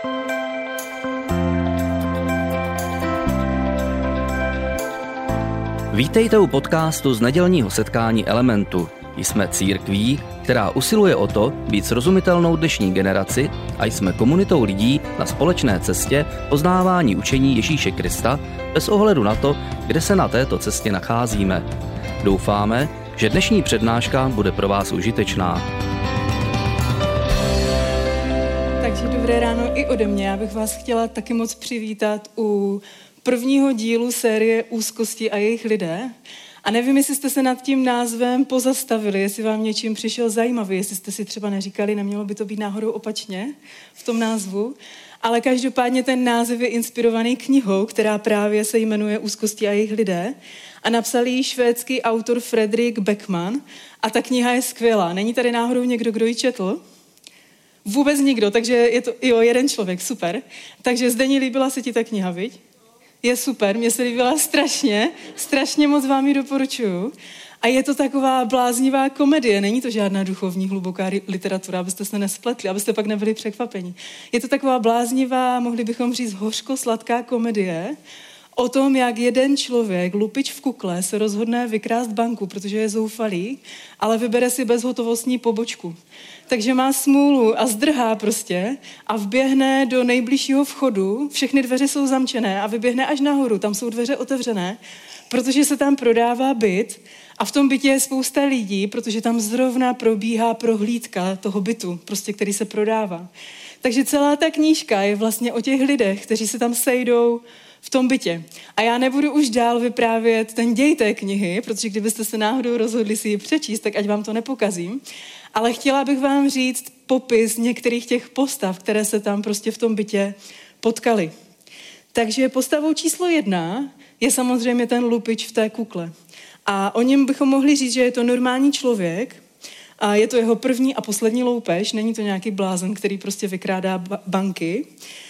Vítejte u podcastu z nedělního setkání Elementu. Jsme církví, která usiluje o to být srozumitelnou dnešní generaci a jsme komunitou lidí na společné cestě poznávání učení Ježíše Krista bez ohledu na to, kde se na této cestě nacházíme. Doufáme, že dnešní přednáška bude pro vás užitečná. Takže dobré ráno i ode mě. Já bych vás chtěla taky moc přivítat u prvního dílu série Úzkosti a jejich lidé. A nevím, jestli jste se nad tím názvem pozastavili, jestli vám něčím přišel zajímavý, jestli jste si třeba neříkali, nemělo by to být náhodou opačně v tom názvu. Ale každopádně ten název je inspirovaný knihou, která právě se jmenuje Úzkosti a jejich lidé. A napsal ji švédský autor Fredrik Backman. A ta kniha je skvělá. Není tady náhodou někdo, kdo ji četl? Vůbec nikdo, takže je to jeden člověk, super. Takže Zdeni, líbila se ti ta kniha, viď? Je super, mně se líbila strašně moc vám ji doporučuju. A je to taková bláznivá komedie, není to žádná duchovní, hluboká literatura, abyste se nespletli, abyste pak nebyli překvapeni. Je to taková bláznivá, mohli bychom říct, hořko-sladká komedie o tom, jak jeden člověk, lupič v kukle, se rozhodne vykrást banku, protože je zoufalý, ale vybere si bezhotovostní pobočku. Takže má smůlu a zdrhá prostě a vběhne do nejbližšího vchodu, všechny dveře jsou zamčené a vyběhne až nahoru, tam jsou dveře otevřené, protože se tam prodává byt a v tom bytě je spousta lidí, protože tam zrovna probíhá prohlídka toho bytu, prostě, který se prodává. Takže celá ta knížka je vlastně o těch lidech, kteří se tam sejdou v tom bytě. A já nebudu už dál vyprávět ten děj té knihy, protože kdybyste se náhodou rozhodli si ji přečíst, tak ať vám to nepokazím. Ale chtěla bych vám říct popis některých těch postav, které se tam prostě v tom bytě potkaly. Takže postavou číslo 1 je samozřejmě ten lupič v té kukle. A o něm bychom mohli říct, že je to normální člověk, a je to jeho první a poslední loupež, není to nějaký blázen, který prostě vykrádá banky.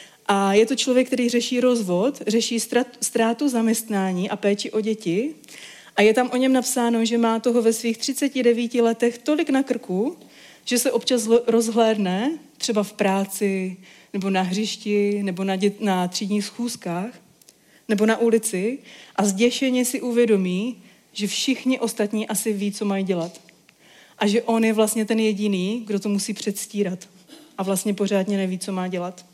A je to člověk, který řeší rozvod, řeší ztrátu zaměstnání a péči o děti. A je tam o něm napsáno, že má toho ve svých 39 letech tolik na krku, že se občas rozhlédne, třeba v práci, nebo na hřišti, nebo na třídních schůzkách, nebo na ulici a zděšeně si uvědomí, že všichni ostatní asi ví, co mají dělat. A že on je vlastně ten jediný, kdo to musí předstírat. A vlastně pořádně neví, co má dělat.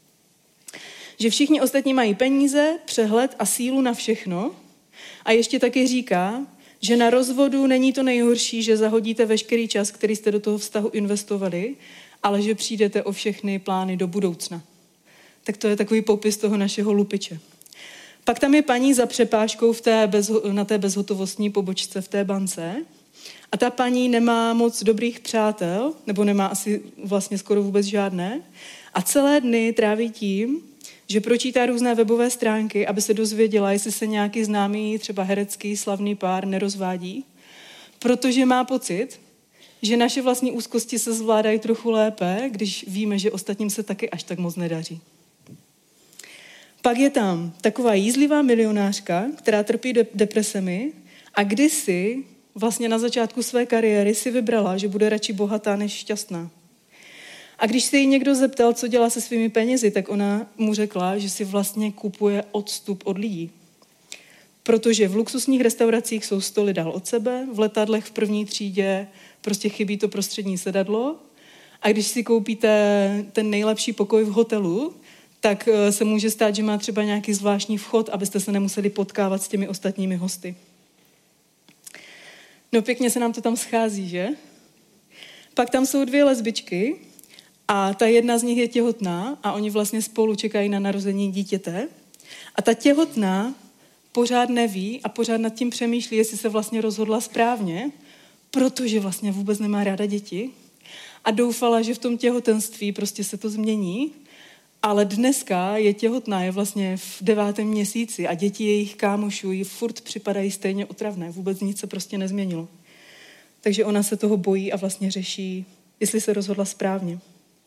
Že všichni ostatní mají peníze, přehled a sílu na všechno. A ještě taky říká, že na rozvodu není to nejhorší, že zahodíte veškerý čas, který jste do toho vztahu investovali, ale že přijdete o všechny plány do budoucna. Tak to je takový popis toho našeho lupiče. Pak tam je paní za přepážkou na té bezhotovostní pobočce v té bance. A ta paní nemá moc dobrých přátel, nebo nemá asi vlastně skoro vůbec žádné. A celé dny tráví tím, že pročítá různé webové stránky, aby se dozvěděla, jestli se nějaký známý, třeba herecký, slavný pár nerozvádí, protože má pocit, že naše vlastní úzkosti se zvládají trochu lépe, když víme, že ostatním se taky až tak moc nedaří. Pak je tam taková jízlivá milionářka, která trpí depresemi a kdysi vlastně na začátku své kariéry si vybrala, že bude radši bohatá než šťastná. A když se jí někdo zeptal, co dělá se svými penězi, tak ona mu řekla, že si vlastně kupuje odstup od lidí. Protože v luxusních restauracích jsou stoly dál od sebe, v letadlech v první třídě prostě chybí to prostřední sedadlo a když si koupíte ten nejlepší pokoj v hotelu, tak se může stát, že má třeba nějaký zvláštní vchod, abyste se nemuseli potkávat s těmi ostatními hosty. No pěkně se nám to tam schází, že? Pak tam jsou 2 lesbičky, a ta jedna z nich je těhotná a oni vlastně spolu čekají na narození dítěte. A ta těhotná pořád neví a pořád nad tím přemýšlí, jestli se vlastně rozhodla správně, protože vlastně vůbec nemá ráda děti. A doufala, že v tom těhotenství prostě se to změní. Ale dneska je těhotná, je vlastně v 9. měsíci a děti jejich kámošů jí furt připadají stejně otravné. Vůbec nic se prostě nezměnilo. Takže ona se toho bojí a vlastně řeší, jestli se rozhodla správně.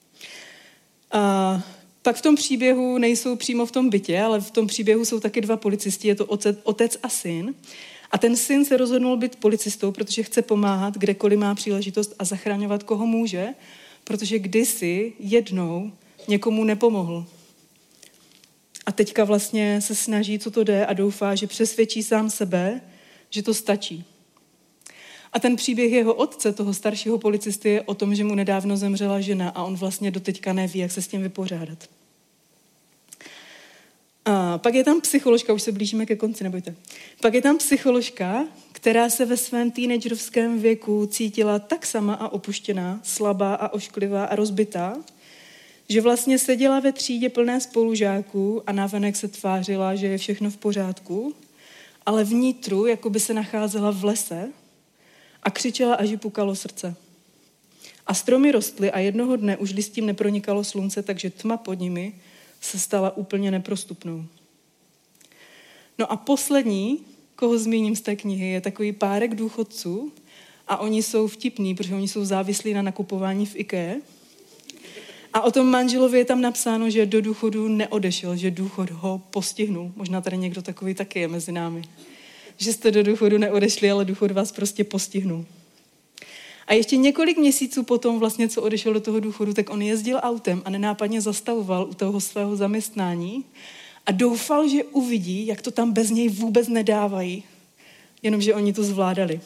A pak v tom příběhu nejsou přímo v tom bytě, ale v tom příběhu jsou taky 2 policisti, je to otec a syn. A ten syn se rozhodnul být policistou, protože chce pomáhat, kdekoliv má příležitost a zachraňovat, koho může, protože kdysi jednou někomu nepomohl. A teďka vlastně se snaží, co to jde a doufá, že přesvědčí sám sebe, že to stačí. A ten příběh jeho otce, toho staršího policisty, je o tom, že mu nedávno zemřela žena a on vlastně doteďka neví, jak se s tím vypořádat. A pak je tam psycholožka, už se blížíme ke konci, nebojte. Pak je tam psycholožka, která se ve svém teenagerovském věku cítila tak sama a opuštěná, slabá a ošklivá a rozbitá, že vlastně seděla ve třídě plné spolužáků a navenek se tvářila, že je všechno v pořádku, ale vnitru jako by se nacházela v lese a křičela, až jí pukalo srdce. A stromy rostly a jednoho dne už listím nepronikalo slunce, takže tma pod nimi se stala úplně neprostupnou. No a poslední, koho zmíním z té knihy, je takový párek důchodců a oni jsou vtipní, protože oni jsou závislí na nakupování v IKEA. A o tom manželovi je tam napsáno, že do důchodu neodešel, že důchod ho postihnul. Možná tady někdo takový taky je mezi námi. Že jste do důchodu neodešli, ale důchod vás prostě postihnul. A ještě několik měsíců potom, vlastně, co odešel do toho důchodu, tak on jezdil autem a nenápadně zastavoval u toho svého zaměstnání a doufal, že uvidí, jak to tam bez něj vůbec nedávají. Jenomže oni to zvládali.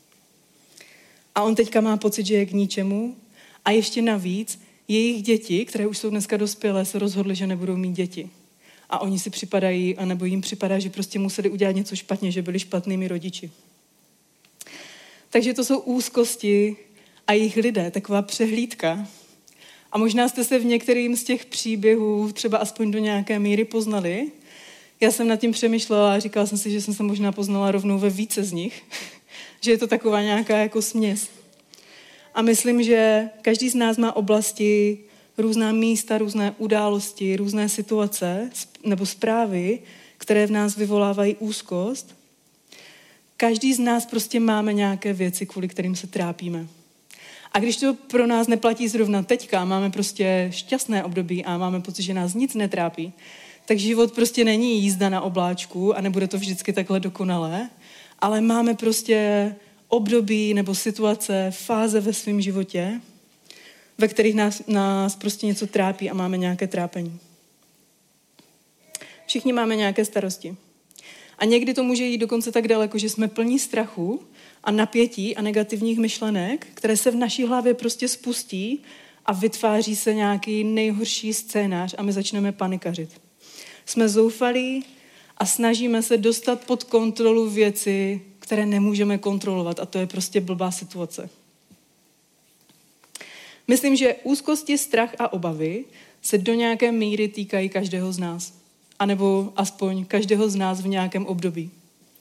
A on teďka má pocit, že je k ničemu a ještě navíc jejich děti, které už jsou dneska dospělé, se rozhodly, že nebudou mít děti. A oni si připadají, anebo jim připadá, že prostě museli udělat něco špatně, že byli špatnými rodiči. Takže to jsou úzkosti a jejich lidé, taková přehlídka. A možná jste se v některým z těch příběhů třeba aspoň do nějaké míry poznali. Já jsem nad tím přemýšlela a říkala jsem si, že jsem se možná poznala rovnou ve více z nich. Že je to taková nějaká jako směs. A myslím, že každý z nás má oblasti, různá místa, různé události, různé situace nebo zprávy, které v nás vyvolávají úzkost. Každý z nás prostě máme nějaké věci, kvůli kterým se trápíme. A když to pro nás neplatí zrovna teďka, máme prostě šťastné období a máme pocit, že nás nic netrápí, tak život prostě není jízda na obláčku a nebude to vždycky takhle dokonalé, ale máme prostě období nebo situace, fáze ve svém životě, ve kterých nás prostě něco trápí a máme nějaké trápení. Všichni máme nějaké starosti. A někdy to může jít dokonce tak daleko, že jsme plní strachu a napětí a negativních myšlenek, které se v naší hlavě prostě spustí a vytváří se nějaký nejhorší scénář a my začneme panikařit. Jsme zoufalí a snažíme se dostat pod kontrolu věci, které nemůžeme kontrolovat a to je prostě blbá situace. Myslím, že úzkosti, strach a obavy se do nějaké míry týkají každého z nás. A nebo aspoň každého z nás v nějakém období.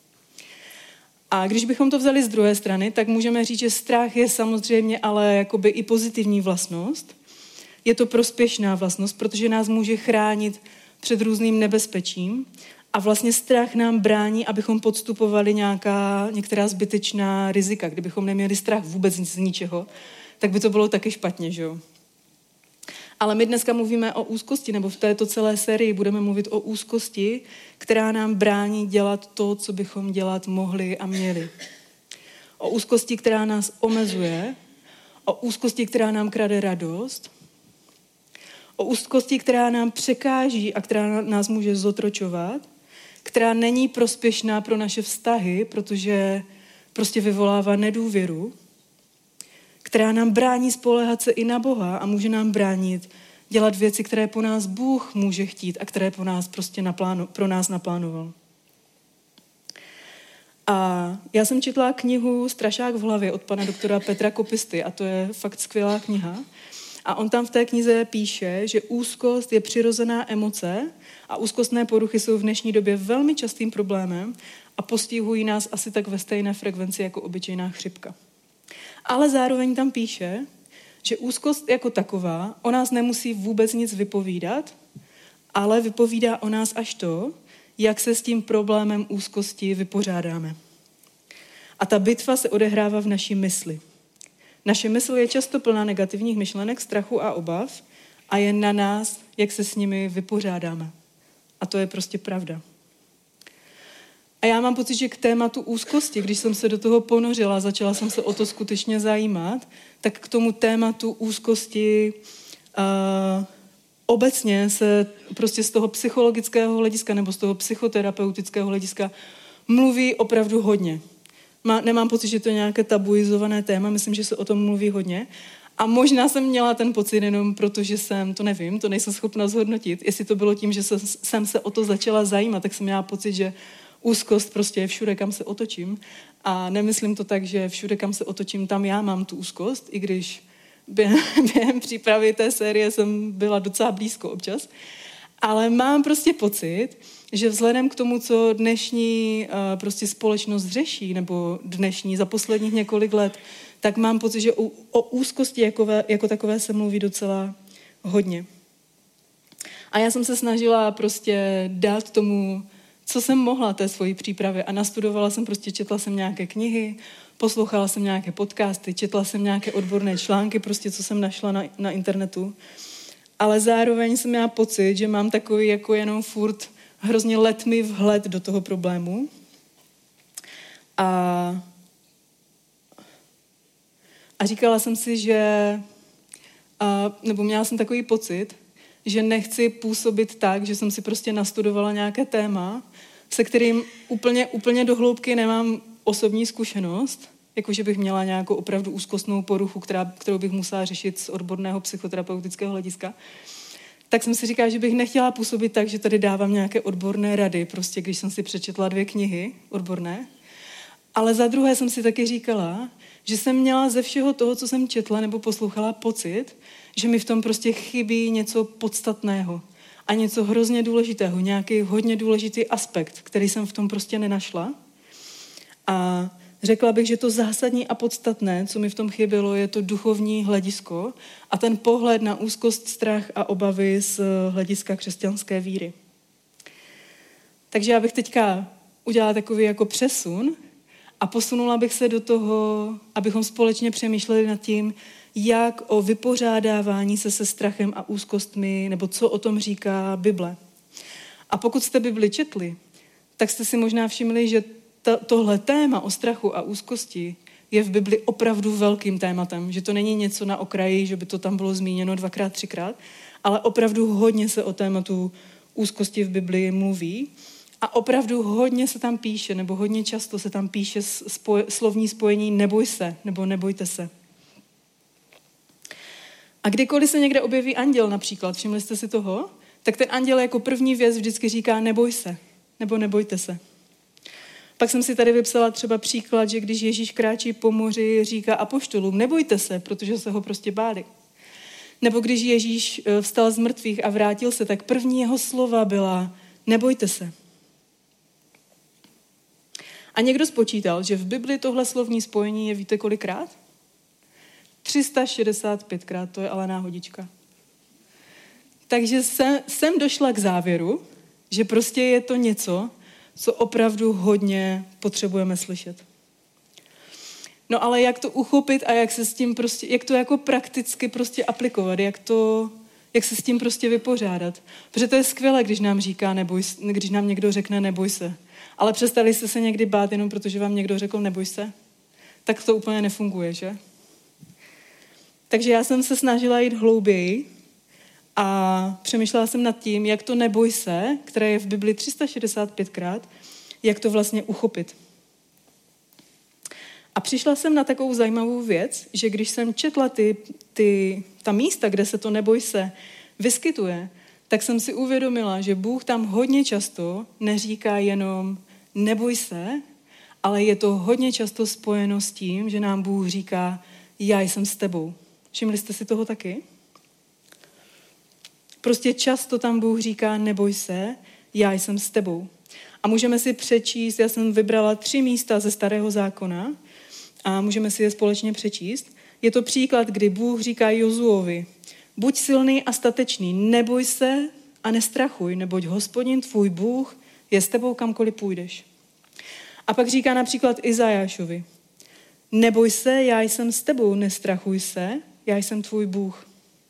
A když bychom to vzali z druhé strany, tak můžeme říct, že strach je samozřejmě ale jakoby i pozitivní vlastnost. Je to prospěšná vlastnost, protože nás může chránit před různým nebezpečím a vlastně strach nám brání, abychom podstupovali některá zbytečná rizika. Kdybychom neměli strach vůbec z ničeho, tak by to bylo taky špatně, že jo? Ale my dneska mluvíme o úzkosti, nebo v této celé sérii budeme mluvit o úzkosti, která nám brání dělat to, co bychom dělat mohli a měli. O úzkosti, která nás omezuje, o úzkosti, která nám krade radost, o úzkosti, která nám překáží a která nás může zotročovat, která není prospěšná pro naše vztahy, protože prostě vyvolává nedůvěru, která nám brání spoléhat se i na Boha a může nám bránit dělat věci, které po nás Bůh může chtít a které po nás prostě pro nás naplánoval. A já jsem četla knihu Strašák v hlavě od pana doktora Petra Kopisty a to je fakt skvělá kniha. A on tam v té knize píše, že úzkost je přirozená emoce a úzkostné poruchy jsou v dnešní době velmi častým problémem a postihují nás asi tak ve stejné frekvenci jako obyčejná chřipka. Ale zároveň tam píše, že úzkost jako taková o nás nemusí vůbec nic vypovídat, ale vypovídá o nás až to, jak se s tím problémem úzkosti vypořádáme. A ta bitva se odehrává v naší mysli. Naše mysl je často plná negativních myšlenek, strachu a obav a je na nás, jak se s nimi vypořádáme. A to je prostě pravda. A já mám pocit, že k tématu úzkosti, když jsem se do toho ponořila, začala jsem se o to skutečně zajímat, tak k tomu tématu úzkosti obecně se prostě z toho psychologického hlediska nebo z toho psychoterapeutického hlediska mluví opravdu hodně. Nemám pocit, že to je nějaké tabuizované téma, myslím, že se o tom mluví hodně. A možná jsem měla ten pocit jenom protože to nevím, to nejsem schopna zhodnotit. Jestli to bylo tím, že jsem se o to začala zajímat, tak jsem měla pocit, že úzkost prostě je všude, kam se otočím. A nemyslím to tak, že všude, kam se otočím, tam já mám tu úzkost, i když během přípravy té série jsem byla docela blízko občas. Ale mám prostě pocit, že vzhledem k tomu, co dnešní prostě společnost řeší, nebo dnešní za posledních několik let, tak mám pocit, že o úzkosti jako takové se mluví docela hodně. A já jsem se snažila prostě dát tomu, co jsem mohla té svojí přípravě a nastudovala jsem četla jsem nějaké knihy, poslouchala jsem nějaké podcasty, četla jsem nějaké odborné články, prostě co jsem našla na internetu. Ale zároveň jsem měla pocit, že mám takový jako jenom furt hrozně letmý vhled do toho problému. A říkala jsem si, nebo měla jsem takový pocit, že nechci působit tak, že jsem si prostě nastudovala nějaké téma, se kterým úplně do hloubky nemám osobní zkušenost, jakože bych měla nějakou opravdu úzkostnou poruchu, kterou bych musela řešit z odborného psychoterapeutického hlediska. Tak jsem si říkala, že bych nechtěla působit tak, že tady dávám nějaké odborné rady, prostě když jsem si přečetla 2 knihy odborné. Ale za druhé jsem si taky říkala, že jsem měla ze všeho toho, co jsem četla nebo poslouchala, pocit, že mi v tom prostě chybí něco podstatného a něco hrozně důležitého, nějaký hodně důležitý aspekt, který jsem v tom prostě nenašla. A řekla bych, že to zásadní a podstatné, co mi v tom chybělo, je to duchovní hledisko a ten pohled na úzkost, strach a obavy z hlediska křesťanské víry. Takže já bych teďka udělala takový jako přesun a posunula bych se do toho, abychom společně přemýšleli nad tím, jak o vypořádávání se strachem a úzkostmi, nebo co o tom říká Bible. A pokud jste Bibli četli, tak jste si možná všimli, že tohle téma o strachu a úzkosti je v Bibli opravdu velkým tématem, že to není něco na okraji, že by to tam bylo zmíněno 2x, 3x, ale opravdu hodně se o tématu úzkosti v Bibli mluví a opravdu hodně se tam píše, nebo hodně často se tam píše slovní spojení neboj se, nebo nebojte se. A kdykoliv se někde objeví anděl například, všimli jste si toho, tak ten anděl jako první věc vždycky říká neboj se, nebo nebojte se. Pak jsem si tady vypsala třeba příklad, že když Ježíš kráčí po moři, říká apoštolům, nebojte se, protože se ho prostě báli. Nebo když Ježíš vstal z mrtvých a vrátil se, tak první jeho slova byla, nebojte se. A někdo spočítal, že v Bibli tohle slovní spojení je víte kolikrát? 365krát, to je ale náhodička. Takže jsem došla k závěru, že prostě je to něco, co opravdu hodně potřebujeme slyšet. No ale jak to uchopit a jak se s tím prostě, jak to jako prakticky prostě aplikovat, jak se s tím prostě vypořádat. Protože to je skvělé, když nám říká když nám někdo řekne neboj se. Ale přestali jste se někdy bát jenom protože vám někdo řekl neboj se? Tak to úplně nefunguje, že? Takže já jsem se snažila jít hlouběji a přemýšlela jsem nad tím, jak to neboj se, které je v Bibli 365krát, jak to vlastně uchopit. A přišla jsem na takovou zajímavou věc, že když jsem četla ta místa, kde se to neboj se vyskytuje, tak jsem si uvědomila, že Bůh tam hodně často neříká jenom neboj se, ale je to hodně často spojeno s tím, že nám Bůh říká já jsem s tebou. Všimli jste si toho taky? Prostě často tam Bůh říká neboj se, já jsem s tebou. A můžeme si přečíst, já jsem vybrala 3 místa ze Starého zákona a můžeme si je společně přečíst. Je to příklad, kdy Bůh říká Jozuovi, buď silný a statečný, neboj se a nestrachuj, neboť Hospodin tvůj Bůh je s tebou kamkoliv půjdeš. A pak říká například Izajášovi, neboj se, já jsem s tebou, nestrachuj se, já jsem tvůj Bůh.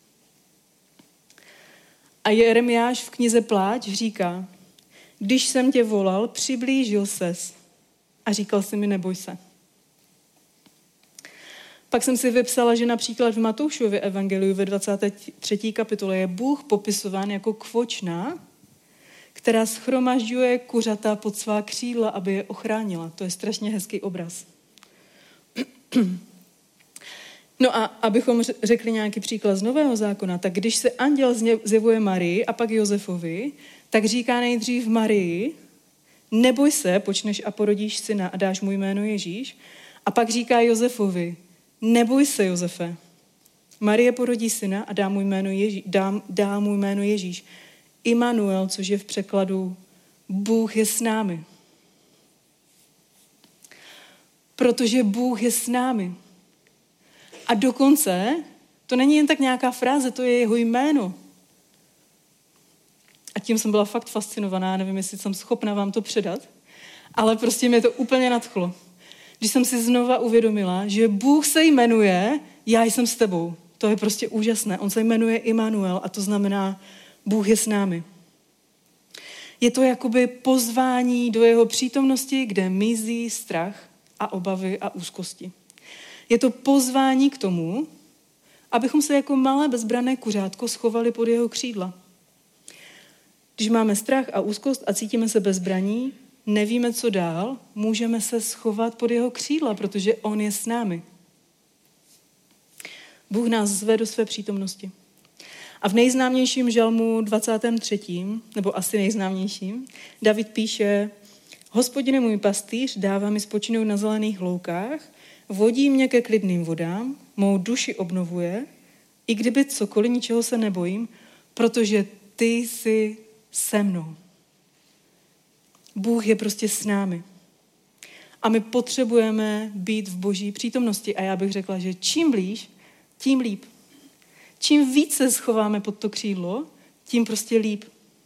A Jeremiáš v knize Pláč říká, když jsem tě volal, přiblížil ses a říkal jsi mi neboj se. Pak jsem si vypsala, že například v Matoušově evangeliu ve 23. kapitole je Bůh popisován jako kvočna, která shromažďuje kuřata pod svá křídla, aby je ochránila. To je strašně hezký obraz. No a abychom řekli nějaký příklad z Nového zákona, tak když se anděl zjevuje Marii a pak Josefovi, tak říká nejdřív Marii, neboj se, počneš a porodíš syna a dáš mu jméno Ježíš. A pak říká Josefovi, neboj se, Josefe, Marie porodí syna a dá mu jméno Ježíš. Immanuel, což je v překladu Bůh je s námi. Protože Bůh je s námi. A dokonce, to není jen tak nějaká fráze, to je jeho jméno. A tím jsem byla fakt fascinovaná, nevím, jestli jsem schopna vám to předat, ale prostě mě to úplně nadchlo. Když jsem si znova uvědomila, že Bůh se jmenuje, já jsem s tebou. To je prostě úžasné. On se jmenuje Immanuel a to znamená, Bůh je s námi. Je to jakoby pozvání do jeho přítomnosti, kde mizí strach a obavy a úzkosti. Je to pozvání k tomu, abychom se jako malé bezbranné kuřátko schovali pod jeho křídla. Když máme strach a úzkost a cítíme se bezbraní, nevíme, co dál, můžeme se schovat pod jeho křídla, protože on je s námi. Bůh nás zve do své přítomnosti. A v nejznámějším žalmu 23., nebo asi nejznámějším, David píše, Hospodine můj pastýř dává mi spočinout na zelených loukách, vodí mě ke klidným vodám, mou duši obnovuje, i kdyby cokoliv, ničeho se nebojím, protože ty jsi se mnou. Bůh je prostě s námi. A my potřebujeme být v Boží přítomnosti. A já bych řekla, že čím blíž, tím líp. Čím více schováme pod to křídlo, tím prostě líp.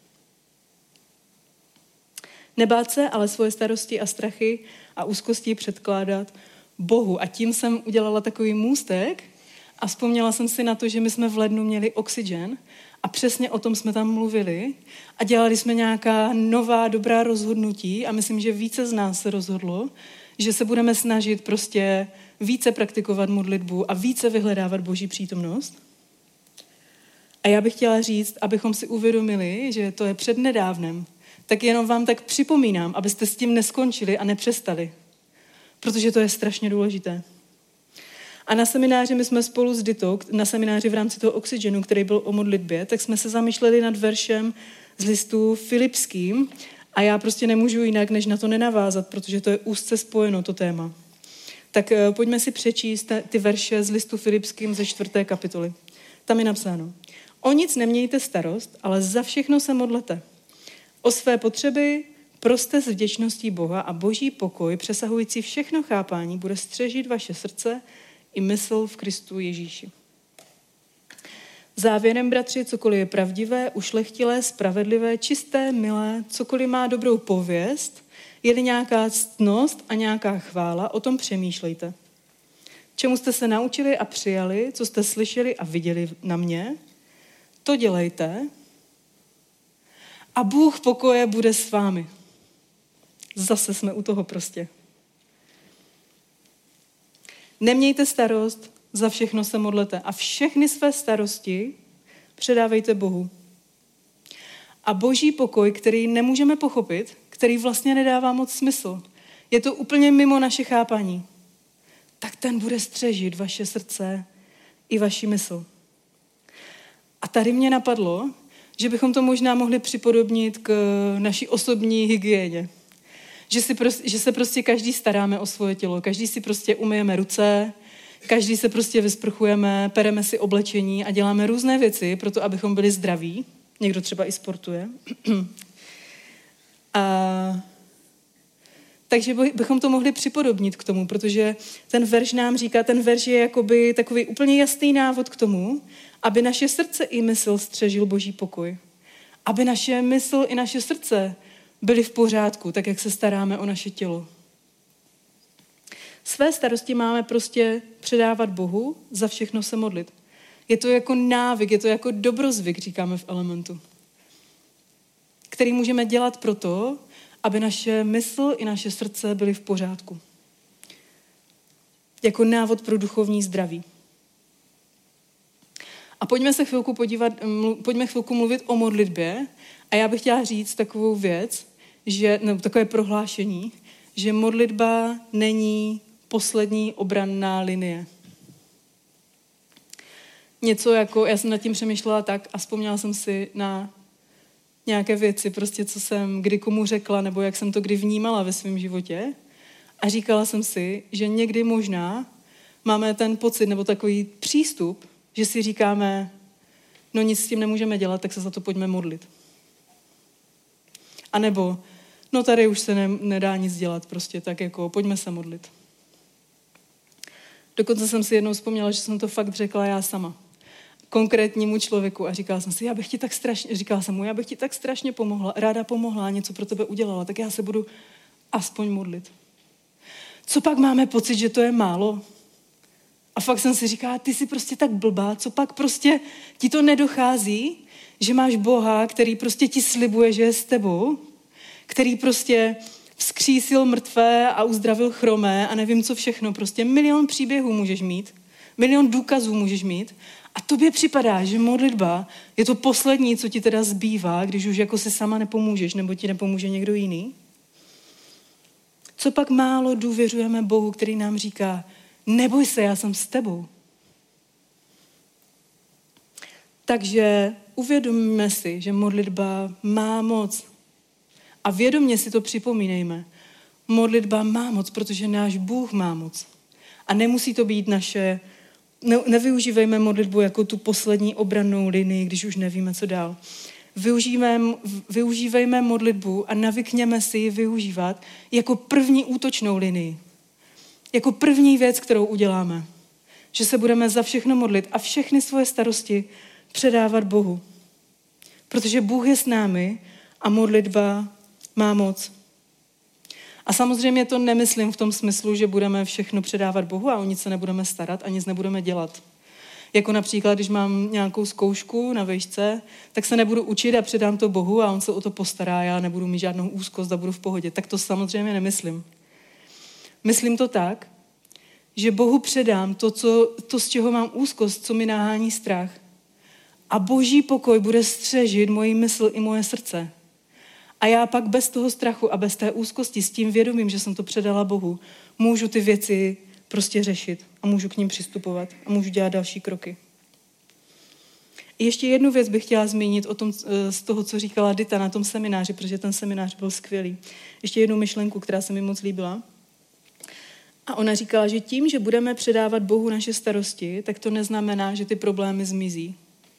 Nebát se, ale svoje starosti a strachy a úzkosti předkládat Bohu. A tím jsem udělala takový můstek a vzpomněla jsem si na to, že my jsme v lednu měli Oxygen a přesně o tom jsme tam mluvili a dělali jsme nějaká nová, dobrá rozhodnutí a myslím, že více z nás se rozhodlo, že se budeme snažit prostě více praktikovat modlitbu a více vyhledávat Boží přítomnost. A já bych chtěla říct, abychom si uvědomili, že to je přednedávnem, tak jenom vám tak připomínám, abyste s tím neskončili a nepřestali. Protože to je strašně důležité. A na semináři my jsme spolu s Ditou, na semináři v rámci toho Oxygenu, který byl o modlitbě, tak jsme se zamýšleli nad veršem z listu Filipským a já prostě nemůžu jinak, než na to nenavázat, protože to je úzce spojeno, to téma. Tak pojďme si přečíst ty verše z listu Filipským ze 4. kapitoly. Tam je napsáno. O nic nemějte starost, ale za všechno se modlete. O své potřeby proste s vděčností Boha a Boží pokoj, přesahující všechno chápání, bude střežit vaše srdce i mysl v Kristu Ježíši. Závěrem, bratři, cokoliv je pravdivé, ušlechtilé, spravedlivé, čisté, milé, cokoliv má dobrou pověst, je-li nějaká ctnost a nějaká chvála, o tom přemýšlejte. Čemu jste se naučili a přijali, co jste slyšeli a viděli na mě, to dělejte a Bůh pokoje bude s vámi. Zase jsme u toho prostě. Nemějte starost, za všechno se modlete a všechny své starosti předávejte Bohu. A Boží pokoj, který nemůžeme pochopit, který vlastně nedává moc smysl, je to úplně mimo naše chápání, tak ten bude střežit vaše srdce i vaši mysl. A tady mě napadlo, že bychom to možná mohli připodobnit k naší osobní hygieně. Že se prostě každý staráme o svoje tělo, každý si prostě umyjeme ruce, každý se prostě vysprchujeme, pereme si oblečení a děláme různé věci pro to, abychom byli zdraví. Někdo třeba i sportuje. Takže bychom to mohli připodobnit k tomu, protože ten verš nám říká, ten verš je jakoby takový úplně jasný návod k tomu, aby naše srdce i mysl střežil Boží pokoj. Aby naše mysl i naše srdce byly v pořádku, tak jak se staráme o naše tělo. Své starosti máme prostě předávat Bohu, za všechno se modlit. Je to jako návyk, je to jako dobrozvyk, říkáme v Elementu, který můžeme dělat proto, aby naše mysl i naše srdce byly v pořádku. jako návod pro duchovní zdraví. A pojďme chvilku mluvit o modlitbě. A já bych chtěla říct takovou věc, takové prohlášení, že modlitba není poslední obranná linie. Něco jako, já jsem nad tím přemýšlela tak a vzpomněla jsem si na nějaké věci, prostě co jsem kdy komu řekla, nebo jak jsem to kdy vnímala ve svém životě. A říkala jsem si, že někdy možná máme ten pocit, nebo takový přístup, že si říkáme, no nic s tím nemůžeme dělat, tak se za to pojďme modlit. A nebo, no tady už se nedá nic dělat, prostě tak jako pojďme se modlit. Dokonce jsem si jednou vzpomněla, že jsem to fakt řekla já sama. Konkrétnímu člověku a říkala jsem si, já bych ti tak strašně ráda pomohla, něco pro tebe udělala, tak já se budu aspoň modlit. Co pak máme pocit, že to je málo? A fakt jsem si říkala, ty jsi prostě tak blbá, co pak prostě ti to nedochází, že máš Boha, který prostě ti slibuje, že je s tebou, který prostě vzkřísil mrtvé a uzdravil chromé a nevím co všechno, prostě 1 000 000 příběhů můžeš mít, 1 000 000 důkazů můžeš mít a tobě připadá, že modlitba je to poslední, co ti teda zbývá, když už jako si sama nepomůžeš nebo ti nepomůže někdo jiný. Co pak málo důvěřujeme Bohu, který nám říká, neboj se, já jsem s tebou. Takže uvědomme si, že modlitba má moc. A vědomě si to připomínejme. Modlitba má moc, protože náš Bůh má moc. A nemusí to být nevyužívejme modlitbu jako tu poslední obrannou linii, když už nevíme, co dál. Využívejme modlitbu a navykněme si ji využívat jako první útočnou linii. Jako první věc, kterou uděláme. Že se budeme za všechno modlit a všechny svoje starosti předávat Bohu. Protože Bůh je s námi a modlitba má moc. A samozřejmě to nemyslím v tom smyslu, že budeme všechno předávat Bohu a o nic se nebudeme starat a nic nebudeme dělat. Jako například, když mám nějakou zkoušku na vejšce, tak se nebudu učit a předám to Bohu a on se o to postará, já nebudu mít žádnou úzkost a budu v pohodě. Tak to samozřejmě nemyslím. Myslím to tak, že Bohu předám to, z čeho mám úzkost, co mi nahání strach. A Boží pokoj bude střežit moji mysl i moje srdce. A já pak bez toho strachu a bez té úzkosti, s tím vědomím, že jsem to předala Bohu, můžu ty věci prostě řešit a můžu k ním přistupovat a můžu dělat další kroky. I ještě jednu věc bych chtěla zmínit z toho, co říkala Dita na tom semináři, protože ten seminář byl skvělý. Ještě jednu myšlenku, která se mi moc líbila. A ona říkala, že tím, že budeme předávat Bohu naše starosti, tak to neznamená, že ty problémy zmizí.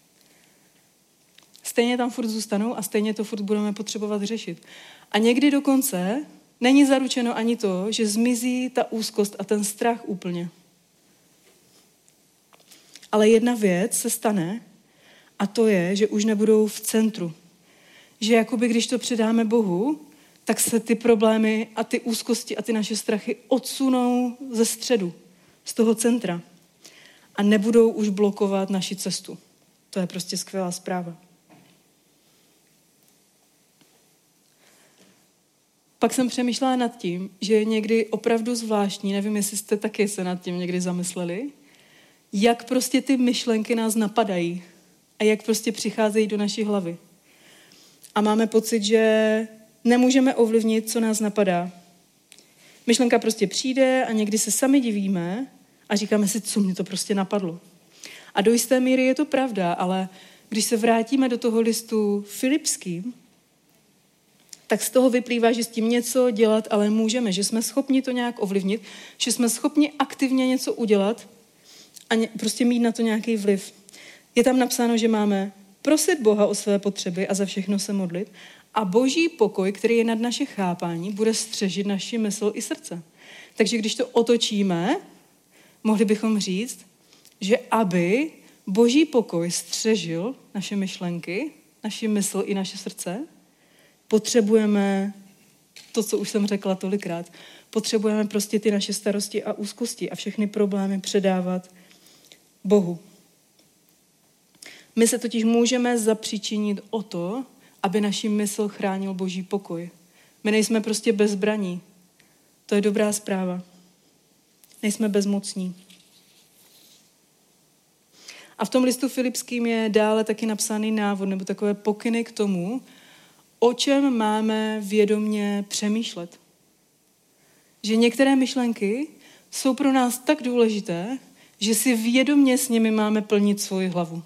Stejně tam furt zůstanou a stejně to furt budeme potřebovat řešit. A někdy dokonce není zaručeno ani to, že zmizí ta úzkost a ten strach úplně. Ale jedna věc se stane a to je, že už nebudou v centru. Že jakoby když to předáme Bohu, tak se ty problémy a ty úzkosti a ty naše strachy odsunou ze středu, z toho centra. A nebudou už blokovat naši cestu. To je prostě skvělá zpráva. Pak jsem přemýšlela nad tím, že je někdy opravdu zvláštní, nevím, jestli jste taky se nad tím někdy zamysleli, jak prostě ty myšlenky nás napadají a jak prostě přicházejí do naší hlavy. A máme pocit, že nemůžeme ovlivnit, co nás napadá. Myšlenka prostě přijde a někdy se sami divíme a říkáme si, co mě to prostě napadlo. A do jisté míry je to pravda, ale když se vrátíme do toho listu Filipským, tak z toho vyplývá, že s tím něco dělat ale můžeme, že jsme schopni to nějak ovlivnit, že jsme schopni aktivně něco udělat a prostě mít na to nějaký vliv. Je tam napsáno, že máme prosit Boha o své potřeby a za všechno se modlit a Boží pokoj, který je nad naše chápání, bude střežit naši mysl i srdce. Takže když to otočíme, mohli bychom říct, že aby Boží pokoj střežil naše myšlenky, naši mysl i naše srdce, potřebujeme to, co už jsem řekla tolikrát, potřebujeme prostě ty naše starosti a úzkosti a všechny problémy předávat Bohu. My se totiž můžeme zapříčinit o to, aby naši mysl chránil Boží pokoj. My nejsme prostě bezbraní. To je dobrá zpráva. nejsme bezmocní. A v tom listu Filipským je dále taky napsaný návod nebo takové pokyny k tomu, o čem máme vědomě přemýšlet. Že některé myšlenky jsou pro nás tak důležité, že si vědomě s nimi máme plnit svoji hlavu.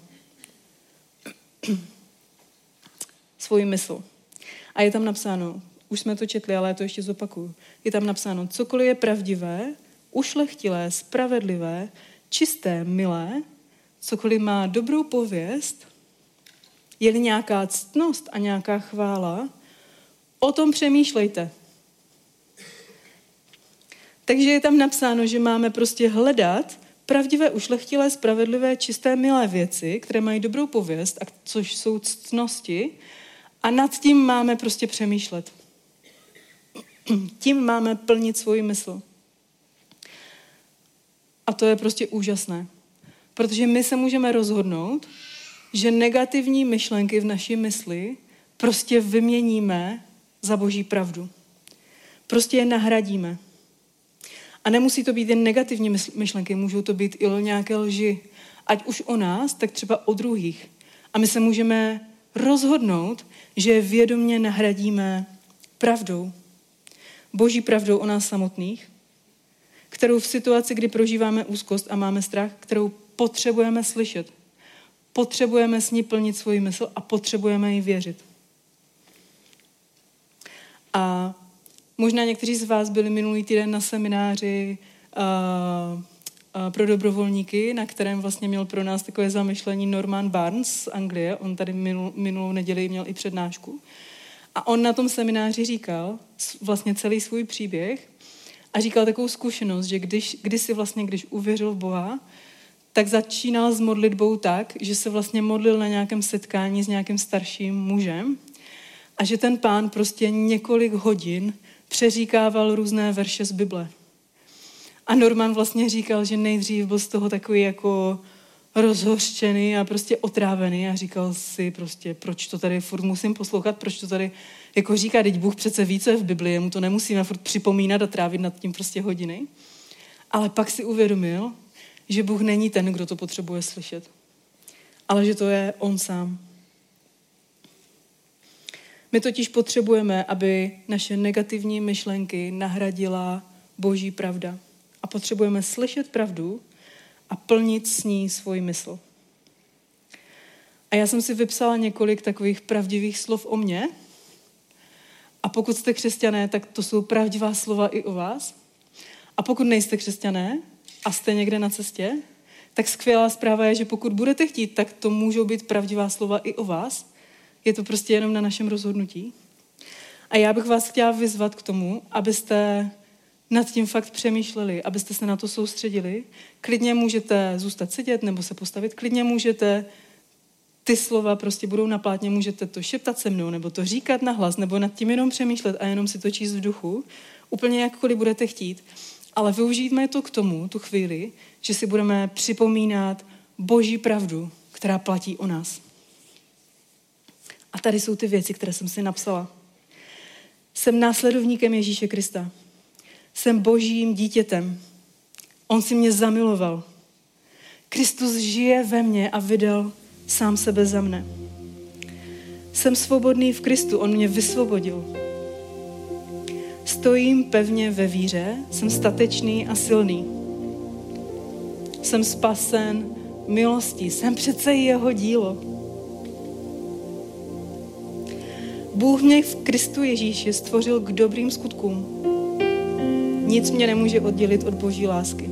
Svoji mysl. A je tam napsáno, už jsme to četli, ale já to ještě zopakuju. Je tam napsáno, cokoliv je pravdivé, ušlechtilé, spravedlivé, čisté, milé, cokoliv má dobrou pověst, je-li nějaká ctnost a nějaká chvála, o tom přemýšlejte. Takže je tam napsáno, že máme prostě hledat pravdivé, ušlechtilé, spravedlivé, čisté, milé věci, které mají dobrou pověst, což jsou ctnosti, a nad tím máme prostě přemýšlet. Tím máme plnit svoji mysl. A to je prostě úžasné. Protože my se můžeme rozhodnout, že negativní myšlenky v naší mysli prostě vyměníme za Boží pravdu. Prostě je nahradíme. A nemusí to být jen negativní myšlenky, můžou to být i nějaké lži. Ať už o nás, tak třeba o druhých. A my se můžeme rozhodnout, že je vědomě nahradíme pravdou. Boží pravdou o nás samotných, kterou v situaci, kdy prožíváme úzkost a máme strach, kterou potřebujeme slyšet. Potřebujeme s ní plnit svoji mysl a potřebujeme jí věřit. A možná někteří z vás byli minulý týden na semináři pro dobrovolníky, na kterém vlastně měl pro nás takové zamyšlení Norman Barnes z Anglie. On tady minulou neděli měl i přednášku. A on na tom semináři říkal vlastně celý svůj příběh a říkal takovou zkušenost, že když uvěřil v Boha, tak začínal s modlitbou tak, že se vlastně modlil na nějakém setkání s nějakým starším mužem a že ten pán prostě několik hodin přeříkával různé verše z Bible. A Norman vlastně říkal, že nejdřív byl z toho takový jako rozhořčený a prostě otrávený a říkal si prostě, proč to tady furt musím poslouchat, proč to tady jako říká, teď Bůh přece ví, co je v Bibli, jemu to nemusíme furt připomínat a trávit nad tím prostě hodiny. Ale pak si uvědomil, že Bůh není ten, kdo to potřebuje slyšet, ale že to je on sám. My totiž potřebujeme, aby naše negativní myšlenky nahradila Boží pravda. A potřebujeme slyšet pravdu a plnit s ní svůj mysl. A já jsem si vypsala několik takových pravdivých slov o mně. A pokud jste křesťané, tak to jsou pravdivá slova i o vás. A pokud nejste křesťané a jste někde na cestě, tak skvělá zpráva je, že pokud budete chtít, tak to můžou být pravdivá slova i o vás. Je to prostě jenom na našem rozhodnutí. A já bych vás chtěla vyzvat k tomu, abyste nad tím fakt přemýšleli, abyste se na to soustředili. Klidně můžete zůstat sedět nebo se postavit, klidně můžete, ty slova prostě budou na plátně, můžete to šeptat se mnou, nebo to říkat nahlas, nebo nad tím jenom přemýšlet a jenom si to číst v duchu, úplně jakkoliv budete chtít. Ale využijme to k tomu, tu chvíli, že si budeme připomínat Boží pravdu, která platí o nás. A tady jsou ty věci, které jsem si napsala. Jsem následovníkem Ježíše Krista. Jsem Božím dítětem. On si mě zamiloval. Kristus žije ve mně a vydal sám sebe za mne. Jsem svobodný v Kristu, on mě vysvobodil. Stojím pevně ve víře, jsem statečný a silný. Jsem spasen milostí, jsem přece jeho dílo. Bůh mě v Kristu Ježíši stvořil k dobrým skutkům. Nic mě nemůže oddělit od Boží lásky.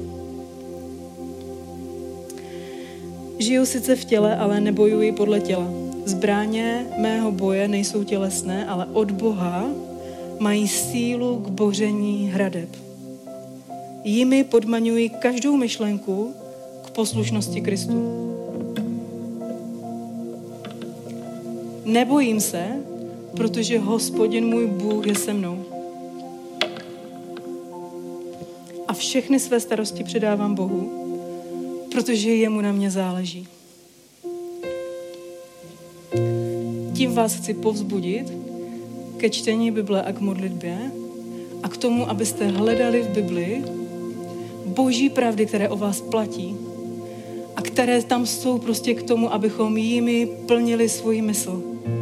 Žiju sice v těle, ale nebojuji podle těla. Zbraně mého boje nejsou tělesné, ale od Boha mají sílu k boření hradeb. Jimi podmaňuji každou myšlenku k poslušnosti Kristu. Nebojím se, protože Hospodin můj Bůh je se mnou. A všechny své starosti předávám Bohu, protože jemu na mě záleží. Tím vás chci povzbudit ke čtení Bible a k modlitbě a k tomu, abyste hledali v Bibli boží pravdy, které o vás platí a které tam jsou prostě k tomu, abychom jimi plnili svůj mysl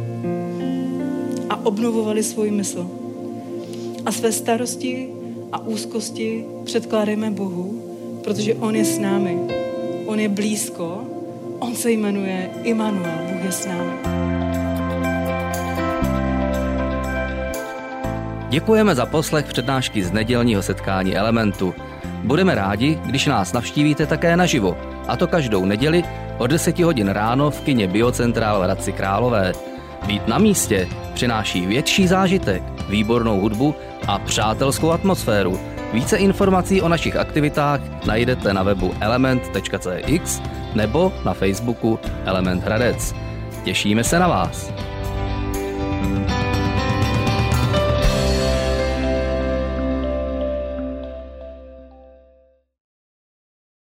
a obnovovali svůj mysl. A své starosti a úzkosti předkládejme Bohu, protože on je s námi. On je blízko, on se jmenuje Immanuel, Bůh je s námi. Děkujeme za poslech přednášky z nedělního setkání Elementu. Budeme rádi, když nás navštívíte také naživo, a to každou neděli od 10 hodin ráno v kině Biocentrál v Hradci Králové. Být na místě přináší větší zážitek, výbornou hudbu a přátelskou atmosféru. Více informací o našich aktivitách najdete na webu element.cx nebo na Facebooku Element Hradec. Těšíme se na vás.